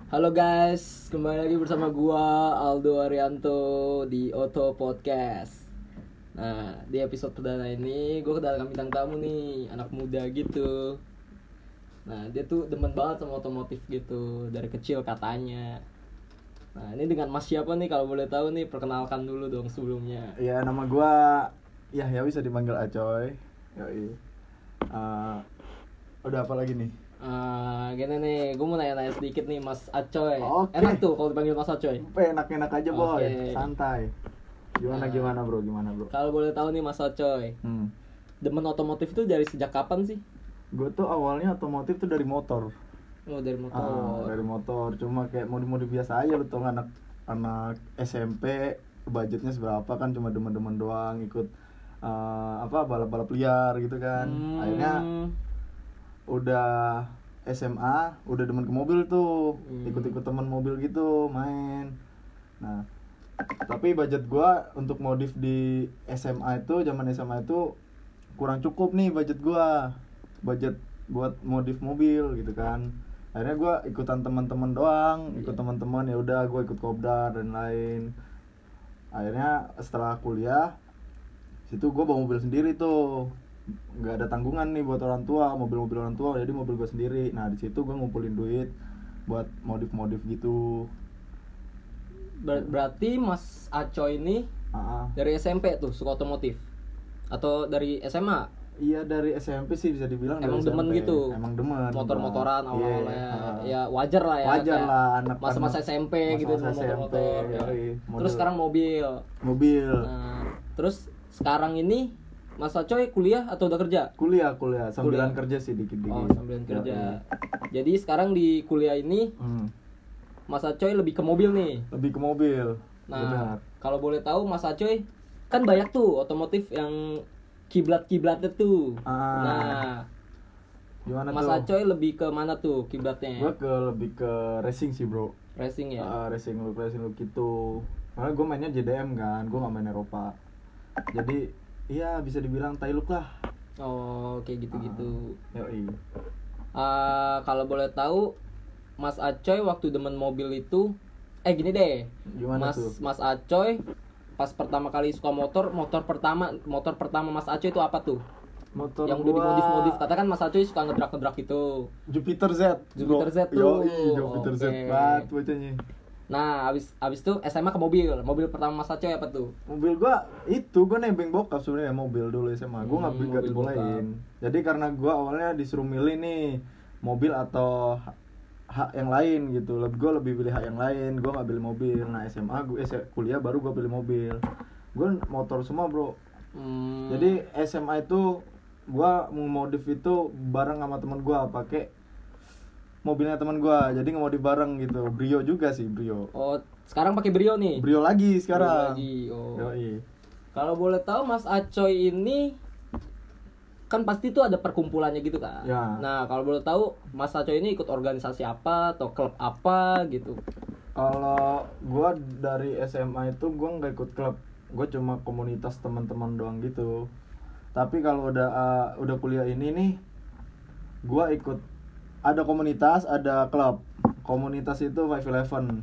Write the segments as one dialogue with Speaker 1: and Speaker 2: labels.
Speaker 1: Halo guys, kembali lagi bersama gua Aldo Arianto di Oto Podcast. Nah, di episode perdana ini gua kedatangan bintang tamu nih, anak muda gitu. Nah, dia tuh demen banget sama otomotif gitu dari kecil katanya. Nah, ini dengan Mas siapa nih kalau boleh tahu nih, perkenalkan dulu dong sebelumnya.
Speaker 2: Ya, nama gua ya bisa dipanggil Acoy. Yoi. Udah apa lagi nih?
Speaker 1: Gini nih, gue mau nanya-nanya sedikit nih Mas Acoy.
Speaker 2: Oke.
Speaker 1: Enak tuh kalau dipanggil Mas Acoy.
Speaker 2: Enak-enak aja boy,
Speaker 1: Oke.
Speaker 2: santai. Gimana bro?
Speaker 1: Kalau boleh tahu nih Mas Acoy, demen otomotif itu dari sejak kapan sih?
Speaker 2: Gue tuh awalnya otomotif tuh dari motor.
Speaker 1: Oh, dari motor.
Speaker 2: Dari motor, cuma kayak modif-modif biasa aja. Lu tau nggak, anak SMP budgetnya seberapa kan, cuma demen-demen doang ikut balap-balap liar gitu kan. Akhirnya udah SMA udah demen ke mobil tuh, ikut-ikut temen mobil gitu main. Nah, tapi budget gua untuk modif di SMA itu, zaman SMA itu kurang cukup nih budget buat modif mobil gitu kan. Akhirnya gua ikutan teman-teman doang, ikut teman-teman, ya udah gua ikut kopdar dan lain. Akhirnya setelah kuliah situ gua bawa mobil sendiri tuh, nggak ada tanggungan nih buat orang tua, mobil orang tua, jadi mobil gue sendiri. Nah, di situ gue ngumpulin duit buat modif gitu.
Speaker 1: Berarti Mas Acoy ini dari SMP tuh suka otomotif atau dari SMA?
Speaker 2: Iya, dari SMP sih bisa dibilang.
Speaker 1: Emang
Speaker 2: dari
Speaker 1: demen
Speaker 2: SMP.
Speaker 1: gitu.
Speaker 2: Emang demen.
Speaker 1: Motor-motoran awal-awalnya. Ya wajar lah ya.
Speaker 2: Wajar lah anak
Speaker 1: masa-masa SMP gitu
Speaker 2: masa
Speaker 1: sama motor-motor.
Speaker 2: SMP,
Speaker 1: Ya. Terus sekarang mobil.
Speaker 2: Nah,
Speaker 1: terus sekarang ini Mas Acoy kuliah atau udah kerja?
Speaker 2: Kuliah sambilan kerja sih dikit-dikit.
Speaker 1: Oh, sambilan kerja. Jadi sekarang di kuliah ini Mas Acoy lebih ke mobil nih.
Speaker 2: Lebih ke mobil.
Speaker 1: Nah, kalau boleh tahu Mas Acoy kan banyak tuh otomotif yang kiblatnya tuh. Nah,
Speaker 2: gimana
Speaker 1: Mas
Speaker 2: tuh?
Speaker 1: Acoy lebih ke mana tuh kiblatnya?
Speaker 2: Gue lebih ke racing sih bro.
Speaker 1: Racing ya?
Speaker 2: Racing look gitu. Karena gue mainnya JDM kan, gue nggak main Eropa. Jadi iya bisa dibilang Tailuk lah.
Speaker 1: Oh, kayak gitu-gitu.
Speaker 2: Yoi.
Speaker 1: Kalau boleh tahu Mas Acoy waktu demen mobil itu gini deh.
Speaker 2: Gimana tuh?
Speaker 1: Mas Acoy pas pertama kali suka motor pertama Mas Acoy itu apa tuh?
Speaker 2: Motor
Speaker 1: yang udah dimodif-modif. Katakan Mas Acoy suka ngedrak itu.
Speaker 2: Jupiter Z.
Speaker 1: Jupiter Z tuh.
Speaker 2: Yoi, Jupiter Z banget bacanya.
Speaker 1: Nah, abis itu SMA ke mobil. Mobil pertama Mas Acoy apa tuh?
Speaker 2: Mobil gua nebeng bokap sebenarnya, mobil dulu SMA. Gua enggak dibolehin. Jadi karena gua awalnya disuruh milih nih mobil atau hak yang lain gitu. Gua lebih pilih hak yang lain. Gua enggak pilih mobil. Nah, kuliah baru gua pilih mobil. Gua motor semua, Bro. Jadi SMA itu gua mau modif itu bareng sama teman gua, pakai mobilnya teman gua, jadi ngemodif bareng gitu. Brio juga sih, Brio.
Speaker 1: Oh, sekarang pakai Brio nih?
Speaker 2: Brio lagi sekarang.
Speaker 1: Oh.
Speaker 2: Yoi.
Speaker 1: Kalau boleh tahu Mas Acoy ini kan pasti tuh ada perkumpulannya gitu kan?
Speaker 2: Ya.
Speaker 1: Nah, kalau boleh tahu Mas Acoy ini ikut organisasi apa atau klub apa gitu?
Speaker 2: Kalau gua dari SMA itu gua nggak ikut klub, gua cuma komunitas teman-teman doang gitu. Tapi kalau udah kuliah ini nih, gua ikut, ada komunitas, ada klub. Komunitas itu 511.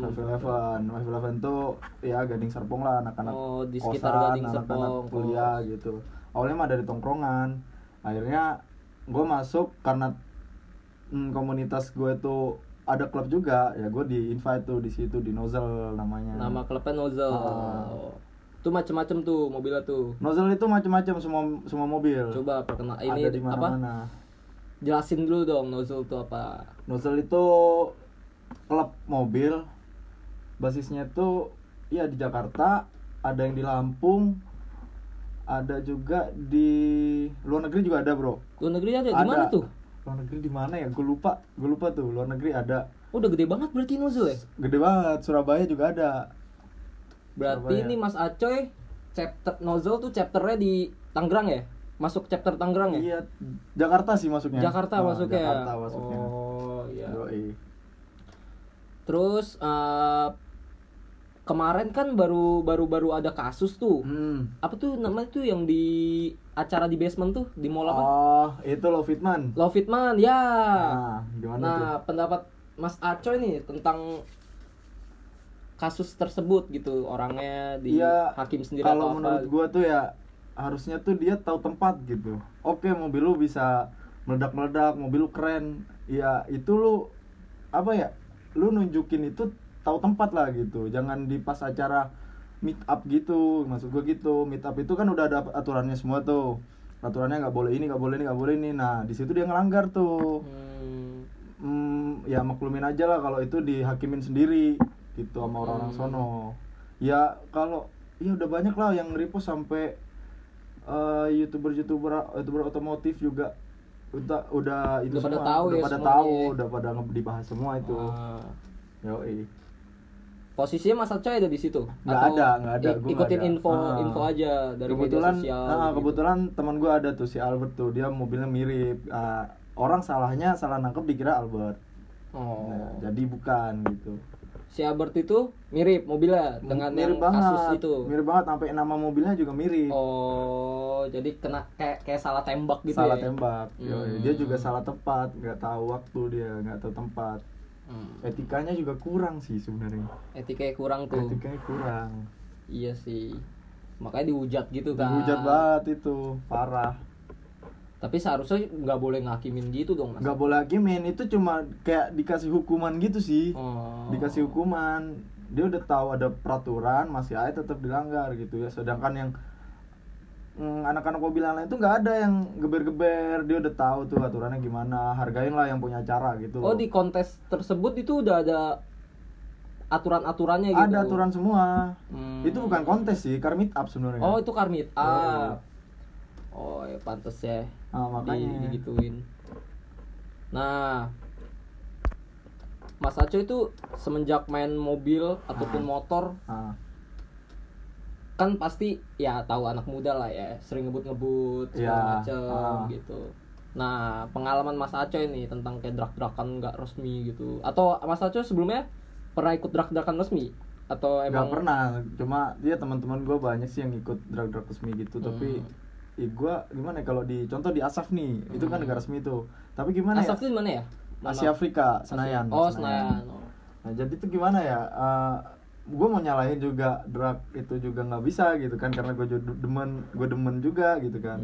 Speaker 2: 511 tuh ya Gading Serpong lah, anak-anak
Speaker 1: di sekitar
Speaker 2: kosan,
Speaker 1: Gading Serpong,
Speaker 2: anak-anak kuliah gitu. Awalnya mah dari tongkrongan. Akhirnya gue masuk karena komunitas gue tuh ada klub juga, ya gue di invite tuh di situ, di Nozzle namanya.
Speaker 1: Nama klubnya Nozzle. Itu macem-macem tuh mobilnya tuh.
Speaker 2: Nozzle itu macem-macem, semua mobil.
Speaker 1: Coba perkenal ini
Speaker 2: ada di mana-mana.
Speaker 1: Jelasin dulu dong Nozzle itu apa.
Speaker 2: Nozzle itu klub mobil, basisnya tuh ya di Jakarta, ada yang di Lampung, ada juga di luar negeri juga ada, Bro.
Speaker 1: Luar negeri ada? Di mana tuh?
Speaker 2: Luar negeri di mana ya? Gue lupa tuh. Luar negeri ada.
Speaker 1: Udah gede banget berarti Nozzle ya?
Speaker 2: Gede banget. Surabaya juga ada.
Speaker 1: Berarti Surabaya. Ini Mas Acoy chapter Nozzle tuh chapternya di Tangerang ya? Masuk chapter Tangerang ya?
Speaker 2: Iya, Jakarta sih masuknya.
Speaker 1: Jakarta masuknya.
Speaker 2: Jakarta masuknya.
Speaker 1: Oh iya.
Speaker 2: Yoi.
Speaker 1: Terus kemarin kan baru ada kasus tuh. Apa tuh namanya tuh yang di acara di basement tuh di mall apa?
Speaker 2: Oh, itu Lovitman.
Speaker 1: Lovitman ya.
Speaker 2: Nah, gimana tuh?
Speaker 1: Nah, pendapat Mas Acoy nih tentang kasus tersebut gitu, orangnya di hakim sendiri atau apa?
Speaker 2: Kalau menurut gua tuh ya harusnya tuh dia tahu tempat gitu. Oke, mobil lu bisa meledak-meledak, mobil lu keren, ya itu lu apa ya, lu nunjukin itu tahu tempat lah gitu. Jangan di pas acara meet up gitu, maksud gua gitu. Meet up itu kan udah ada aturannya semua tuh, aturannya nggak boleh ini, nggak boleh ini, nggak boleh ini. Nah di situ dia ngelanggar tuh. Ya maklumin aja lah kalau itu dihakimin sendiri gitu sama orang-orang sono. Ya kalau ya udah banyak lah yang nge-repost sampai youtuber otomotif juga udah itu
Speaker 1: Udah pada
Speaker 2: semua
Speaker 1: tahu
Speaker 2: udah
Speaker 1: ya
Speaker 2: pada
Speaker 1: semuanya
Speaker 2: tahu
Speaker 1: ya.
Speaker 2: udah pada dibahas semua itu. Yoi.
Speaker 1: Posisinya Mas Acoy ada di situ?
Speaker 2: Nggak
Speaker 1: Atau
Speaker 2: ada, gua nggak
Speaker 1: ikutin
Speaker 2: ada.
Speaker 1: info aja dari
Speaker 2: kebetulan
Speaker 1: media sosial gitu.
Speaker 2: kebetulan teman gue ada tuh si Albert tuh, dia mobilnya mirip. Orang salah nangkep dikira Albert. Nah, jadi bukan gitu.
Speaker 1: Si Albert itu mirip mobilnya dengan
Speaker 2: Mirip
Speaker 1: yang
Speaker 2: banget,
Speaker 1: kasus itu.
Speaker 2: mirip banget sampai nama mobilnya juga mirip.
Speaker 1: Jadi kena kayak salah tembak gitu
Speaker 2: Salah
Speaker 1: ya.
Speaker 2: tembak. Yoi. Dia juga salah tempat, nggak tahu waktu, dia nggak tahu tempat. Etikanya juga kurang sih sebenarnya.
Speaker 1: Etikanya kurang tuh.
Speaker 2: Etikanya kurang.
Speaker 1: Iya sih. Makanya dihujat gitu kan.
Speaker 2: Dihujat banget itu, parah.
Speaker 1: Tapi seharusnya nggak boleh ngakimin gitu dong Mas.
Speaker 2: Nggak boleh hakimin, itu cuma kayak dikasih hukuman gitu sih. Dikasih hukuman. Dia udah tahu ada peraturan, masih aja tetap dilanggar gitu ya. Sedangkan yang anak-anak mobil yang lain itu nggak ada yang geber-geber. Dia udah tahu tuh aturannya gimana. Hargain lah yang punya acara gitu.
Speaker 1: Oh, di kontes tersebut itu udah ada aturan-aturannya gitu.
Speaker 2: Ada aturan semua. Itu bukan kontes sih, car meet up sebenarnya.
Speaker 1: Oh, itu car meet up. Oh, ya pantas ya.
Speaker 2: Makanya
Speaker 1: digituin. Nah, Mas Acoy itu semenjak main mobil ataupun motor kan pasti ya tahu anak muda lah ya, sering ngebut segala macam gitu. Nah, pengalaman Mas Acoy nih tentang kayak drag-dragan nggak resmi gitu, atau Mas Acoy sebelumnya pernah ikut drag-dragan resmi atau emang?
Speaker 2: Nggak pernah, cuma dia teman-teman gue banyak sih yang ikut drag-drag resmi gitu. Tapi gue gimana ya, kalau di contoh di Asaf nih, itu kan negara resmi tuh. Tapi gimana
Speaker 1: Asaf itu di mana ya?
Speaker 2: Asia Afrika, Senayan.
Speaker 1: Oh, Senayan.
Speaker 2: Nah jadi tuh gimana ya, gue mau nyalahin juga drag itu juga nggak bisa gitu kan, karena gue demen juga gitu kan.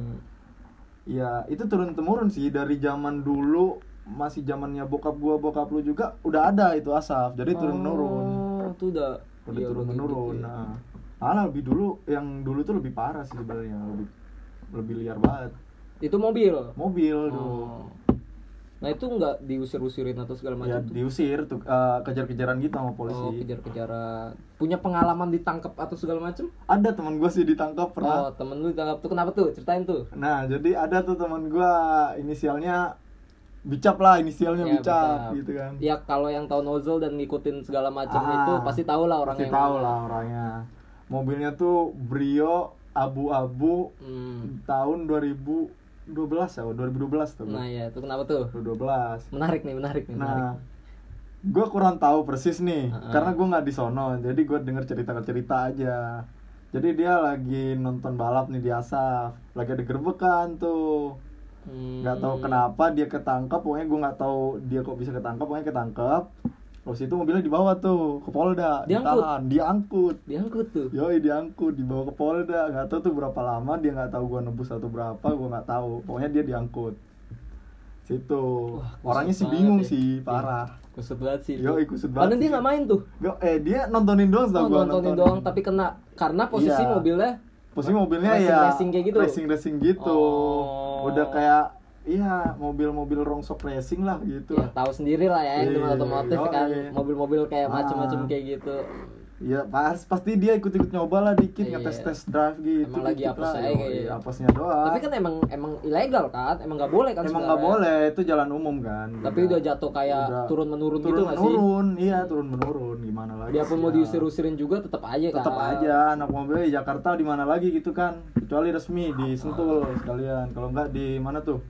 Speaker 2: Ya itu turun temurun sih dari zaman dulu, masih zamannya bokap lu juga udah ada itu Asaf, jadi turun menurun.
Speaker 1: Itu udah
Speaker 2: turun menurun.
Speaker 1: Gitu ya.
Speaker 2: Nah, lebih dulu, yang dulu tuh lebih parah sih sebenarnya, lebih liar banget.
Speaker 1: Itu mobil
Speaker 2: tuh.
Speaker 1: Nah itu nggak diusir-usirin atau segala macam?
Speaker 2: Ya diusir tuh, kejar-kejaran gitu sama polisi.
Speaker 1: Oh, kejar-kejaran. Punya pengalaman ditangkap atau segala macam?
Speaker 2: Ada teman gue sih ditangkap pernah.
Speaker 1: Oh, temen lu ditangkap tuh kenapa tuh? Ceritain tuh.
Speaker 2: Nah jadi ada tuh teman gue, inisialnya Bicap lah, inisialnya
Speaker 1: Ya,
Speaker 2: Bicap gitu kan.
Speaker 1: Ya kalau yang tahu nozzle dan ngikutin segala macam itu pasti tahu lah orangnya.
Speaker 2: Pasti tahu lah orangnya. Mobilnya tuh Brio abu-abu tahun 2012 tuh.
Speaker 1: Nah ya, itu kenapa tuh?
Speaker 2: 2012.
Speaker 1: Menarik nih.
Speaker 2: Nah, gue kurang tahu persis nih, karena gue nggak di sono, jadi gue denger cerita aja. Jadi dia lagi nonton balap nih di Asaf, lagi ada gerbekan tuh. Nggak tahu kenapa dia ketangkep, pokoknya gue nggak tahu dia kok bisa ketangkep, pokoknya ketangkep. Terus itu mobilnya dibawa tuh ke Polda, ditahan, diangkut tuh. Yoi, diangkut, dibawa ke Polda. Nggak tahu tuh berapa lama, dia nggak tahu gue nebus atau berapa, gue nggak tahu. Pokoknya dia diangkut. Situ.
Speaker 1: Wah,
Speaker 2: orangnya sih bingung sih, parah.
Speaker 1: Kusut banget sih.
Speaker 2: Yoi, kusut banget.
Speaker 1: Karena dia nggak main tuh.
Speaker 2: Dia nontonin doang,
Speaker 1: nontonin doang, tapi karena posisi mobilnya
Speaker 2: ya
Speaker 1: racing kayak gitu.
Speaker 2: Racing gitu. Udah kayak mobil-mobil rongsok racing lah gitu.
Speaker 1: Ya tahu sendiri lah ya, yang otomotif kan, mobil-mobil kayak macam-macam kayak gitu.
Speaker 2: Ya pasti dia ikut nyoba lah dikit, ngetes drive gitu.
Speaker 1: Emang lagi apes aja kayak.
Speaker 2: Apesnya doang.
Speaker 1: Tapi kan emang ilegal kan, emang nggak boleh kan.
Speaker 2: Emang nggak boleh, itu jalan umum kan.
Speaker 1: Tapi udah jatuh kayak turun menurun gitu nggak sih?
Speaker 2: Turun menurun, gimana lagi?
Speaker 1: Dia pun mau diusir-usirin juga tetap aja kan.
Speaker 2: Tetap aja, anak mobil di Jakarta di mana lagi gitu kan? Kecuali resmi di Sentul sekalian. Kalau nggak di mana tuh?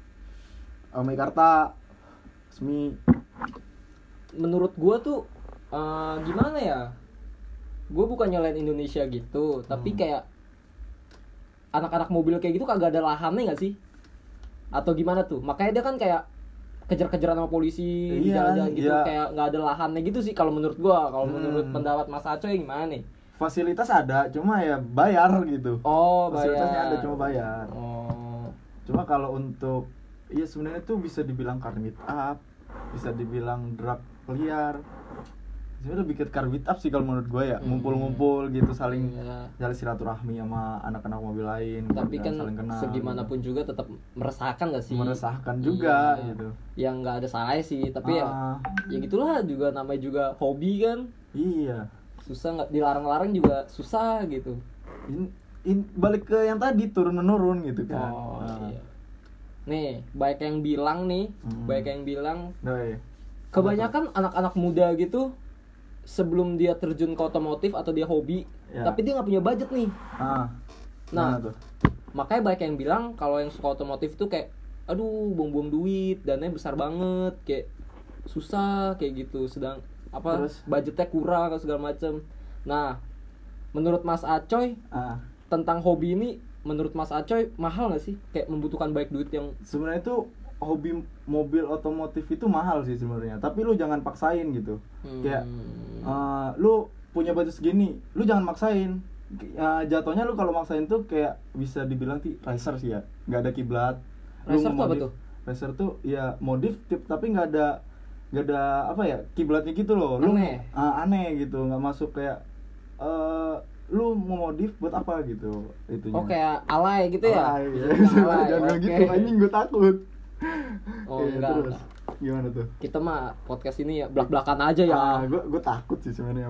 Speaker 2: Mekarta resmi.
Speaker 1: Menurut gua tuh gimana ya? Gue bukan nyalain Indonesia gitu, tapi kayak anak-anak mobil kayak gitu kagak ada lahannya nggak sih? Atau gimana tuh? Makanya dia kan kayak kejar-kejaran sama polisi di jalan-jalan gitu, kayak nggak ada lahannya gitu sih kalau menurut gua. Kalau menurut pendapat Mas Acoy gimana nih?
Speaker 2: Fasilitas ada, cuma ya bayar gitu.
Speaker 1: Oh,
Speaker 2: Fasilitasnya
Speaker 1: bayar.
Speaker 2: ada, cuma bayar.
Speaker 1: Oh.
Speaker 2: Cuma kalau untuk ya sebenarnya tuh bisa dibilang car meet up, bisa dibilang drug liar. Sebenarnya lebih ke car meet up sih kalau menurut gue ya, ngumpul-ngumpul gitu, saling silaturahmi sama anak-anak mobil lain.
Speaker 1: Tapi kan
Speaker 2: saling kenal,
Speaker 1: segimanapun
Speaker 2: gitu.
Speaker 1: juga tetap meresahkan gak sih?
Speaker 2: Meresahkan juga gitu.
Speaker 1: Yang nggak ada salahnya sih, tapi ya gitulah, juga namanya juga hobi kan.
Speaker 2: Iya.
Speaker 1: Susah, nggak dilarang-larang juga susah gitu.
Speaker 2: Balik ke yang tadi, turun menurun gitu kan.
Speaker 1: Iya. Nih, banyak yang bilang kebanyakan anak-anak muda gitu sebelum dia terjun ke otomotif atau dia hobi, tapi dia nggak punya budget nih. Nah, makanya banyak yang bilang kalau yang suka otomotif tuh kayak, aduh, buang-buang duit, dananya besar banget, kayak susah kayak gitu. Sedang budgetnya kurang atau segala macem. Nah, menurut Mas Acoy tentang hobi ini, menurut Mas Acoy mahal nggak sih? Kayak membutuhkan banyak duit yang
Speaker 2: sebenarnya itu hobi mobil otomotif itu mahal sih sebenarnya, tapi lu jangan paksain gitu. Kayak lu punya budget segini, lu jangan maksain. Jatuhnya lu kalau maksain tuh kayak bisa dibilang racer sih ya, nggak ada kiblat.
Speaker 1: Racer tuh apa tuh?
Speaker 2: Racer tuh ya modif tapi nggak ada apa ya, kiblatnya gitu loh. Lu aneh gitu, nggak masuk kayak lu mau modif buat apa gitu itunya.
Speaker 1: Oh, kayak alay gitu ya?
Speaker 2: Jangan gitu, anjing, gue takut.
Speaker 1: Enggak.
Speaker 2: Terus gimana tuh?
Speaker 1: Kita mah podcast ini ya belak-belakan aja ya.
Speaker 2: Gue takut sih sebenarnya.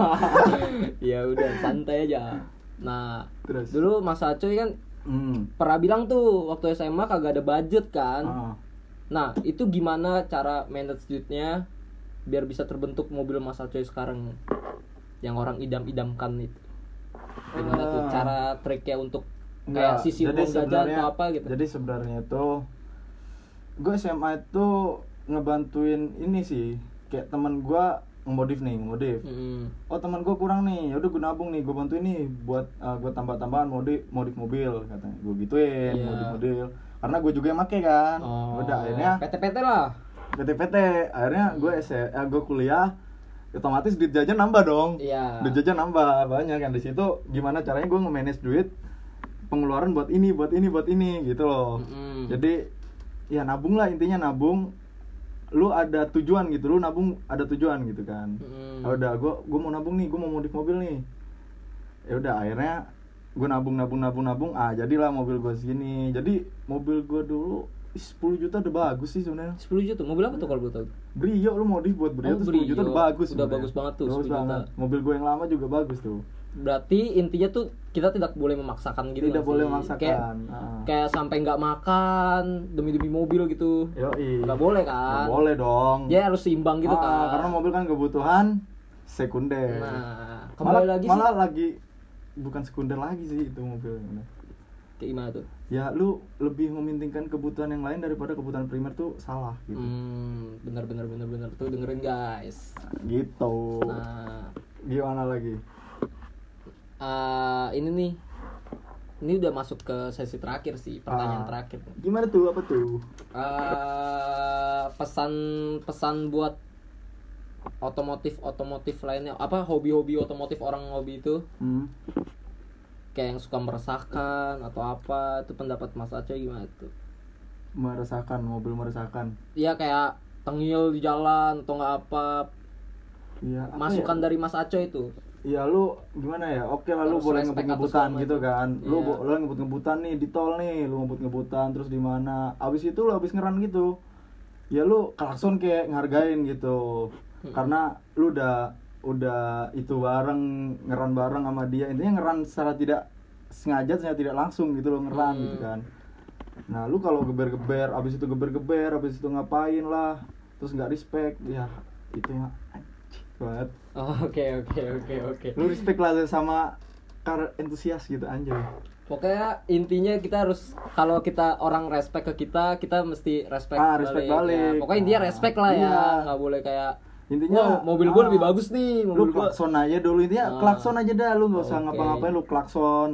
Speaker 1: Ya udah, santai aja. Nah,
Speaker 2: terus
Speaker 1: dulu Mas Acoy kan pernah bilang tuh waktu SMA kagak ada budget kan. Nah, itu gimana cara manage duitnya biar bisa terbentuk mobil Mas Acoy sekarang yang orang idam-idamkan itu? Gimana tuh cara triknya untuk kayak sisi uang jajan atau apa gitu?
Speaker 2: Jadi sebenarnya itu gue SMA itu ngebantuin ini sih, kayak teman gue ngemodif. Oh, teman gue kurang nih, yaudah gue nabung nih, gue bantuin nih buat gue tambah-tambahan modif mobil katanya. Gue gituin modif karena gue juga yang make kan. Udah akhirnya
Speaker 1: PT lah.
Speaker 2: PT akhirnya gue kuliah, otomatis duit jajan nambah dong. Duit jajan nambah banyak kan. Di situ gimana caranya gue nge-manage duit pengeluaran buat ini gitu loh. Jadi ya nabung lah, intinya nabung. Lu ada tujuan gitu, lu nabung ada tujuan gitu kan. Udah gue mau nabung nih, gue mau modif mobil nih. Ya udah akhirnya gue nabung. Jadilah mobil gue segini. Jadi mobil gue dulu 10 juta udah bagus sih sebenarnya.
Speaker 1: 10 juta. Mobil apa tuh kalau gue tahu?
Speaker 2: Brio, lu modif buat Brio tuh 10 juta udah bagus.
Speaker 1: Udah bagus banget tuh, 10 juta.
Speaker 2: Mobil gue yang lama juga bagus tuh.
Speaker 1: Berarti intinya tuh kita tidak boleh memaksakan gitu.
Speaker 2: Tidak boleh memaksakan.
Speaker 1: Kayak sampai nggak makan demi mobil gitu. Nggak boleh kan?
Speaker 2: Nggak boleh dong.
Speaker 1: Ya harus seimbang gitu kan.
Speaker 2: Karena mobil kan kebutuhan sekunder.
Speaker 1: Nah, kembali lagi
Speaker 2: lagi bukan sekunder lagi sih itu mobil.
Speaker 1: Kayak gimana tuh?
Speaker 2: Ya lu lebih mementingkan kebutuhan yang lain daripada kebutuhan primer tuh salah gitu.
Speaker 1: Bener tuh, dengerin guys.
Speaker 2: Gitu.
Speaker 1: Nah,
Speaker 2: gimana lagi?
Speaker 1: Ini udah masuk ke sesi terakhir sih, pertanyaan terakhir.
Speaker 2: Gimana tuh, apa tuh?
Speaker 1: Pesan buat otomotif lainnya, apa hobi otomotif, orang hobi itu kayak yang suka meresahkan atau apa, itu pendapat Mas Acoy gimana tuh?
Speaker 2: Meresahkan, mobil meresahkan.
Speaker 1: Iya, kayak tengil di jalan atau nggak apa?
Speaker 2: Iya.
Speaker 1: Masukan dari Mas Acoy itu.
Speaker 2: Ya lu gimana ya? Oke lah, lu boleh ngebut-ngebutan gitu kan. Lu boleh ngebut-ngebutan nih di tol nih, lu ngebut-ngebutan terus di mana? Abis itu lu abis ngeran gitu. Ya lu klakson kayak ngehargain gitu. Karena lu udah itu bareng, ngeran bareng sama dia. Intinya ngeran secara tidak sengaja, secara tidak langsung gitu lo ngeran gitu kan. Nah, lu kalau geber-geber, abis itu geber-geber, abis itu ngapain lah, terus nggak respect, ya itu mah banget.
Speaker 1: Oke.
Speaker 2: Lu respect lah sama car entusias gitu anjay.
Speaker 1: Pokoknya intinya kita harus, kalau kita orang respect ke kita mesti respect
Speaker 2: balik.
Speaker 1: Ya. Pokoknya intinya respect lah ya, nggak boleh kayak
Speaker 2: intinya
Speaker 1: mobil gue lebih bagus nih,
Speaker 2: lu klakson aja dulu, intinya klakson aja dah, lu nggak usah ngapa-ngapain, lu klakson.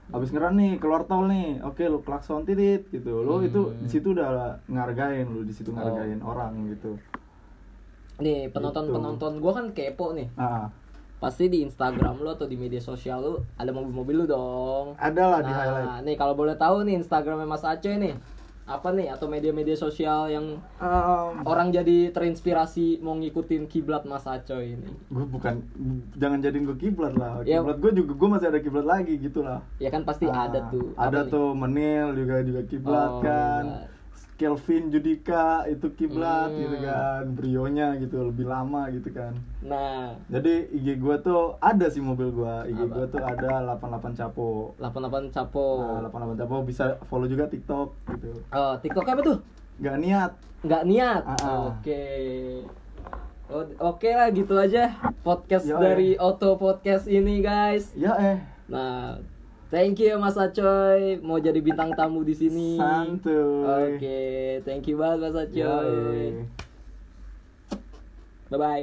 Speaker 2: habis ngerem nih keluar tol nih, oke lu klakson titit gitu, lu itu di situ udah ngargain, lu di situ ngargain orang gitu.
Speaker 1: Nih penonton gue kan kepo nih. Pasti di Instagram lu atau di media sosial lu ada mobil-mobil lu dong.
Speaker 2: Ada lah di highlight.
Speaker 1: Nih kalau boleh tahu nih Instagramnya Mas Acoy nih apa nih, atau media-media sosial yang orang jadi terinspirasi mau ngikutin kiblat Mas Acoy ini?
Speaker 2: Gue jangan jadiin gue kiblat lah.
Speaker 1: Ya,
Speaker 2: kiblat gue masih ada kiblat lagi gitu lah.
Speaker 1: Ya kan pasti ada tuh.
Speaker 2: Ada tuh Menil juga kiblat kan. Kelvin Judika itu kiblat gitu kan, brionya gitu lebih lama gitu kan.
Speaker 1: Nah,
Speaker 2: jadi IG gua tuh ada sih mobil gua. IG gua tuh ada 88 Capo.
Speaker 1: 88 Capo.
Speaker 2: Nah, 88 Capo bisa follow juga TikTok gitu.
Speaker 1: TikTok apa tuh?
Speaker 2: Gak niat.
Speaker 1: Oke. Oke lah gitu aja podcast dari Auto Podcast ini guys. Nah, thank you Mas Acoy mau jadi bintang tamu di sini.
Speaker 2: Santuy.
Speaker 1: Oke, thank you banget Mas Acoy. Bye bye.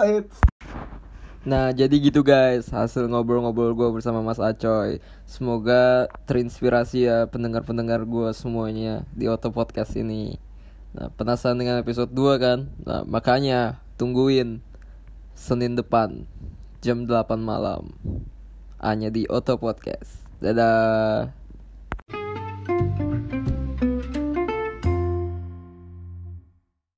Speaker 1: Nah, jadi gitu guys, hasil ngobrol-ngobrol gue bersama Mas Acoy. Semoga terinspirasi ya pendengar-pendengar gue semuanya di Auto Podcast ini. Nah, penasaran dengan episode 2 kan? Nah, makanya tungguin Senin depan jam 8 malam hanya di Auto Podcast. Dadah.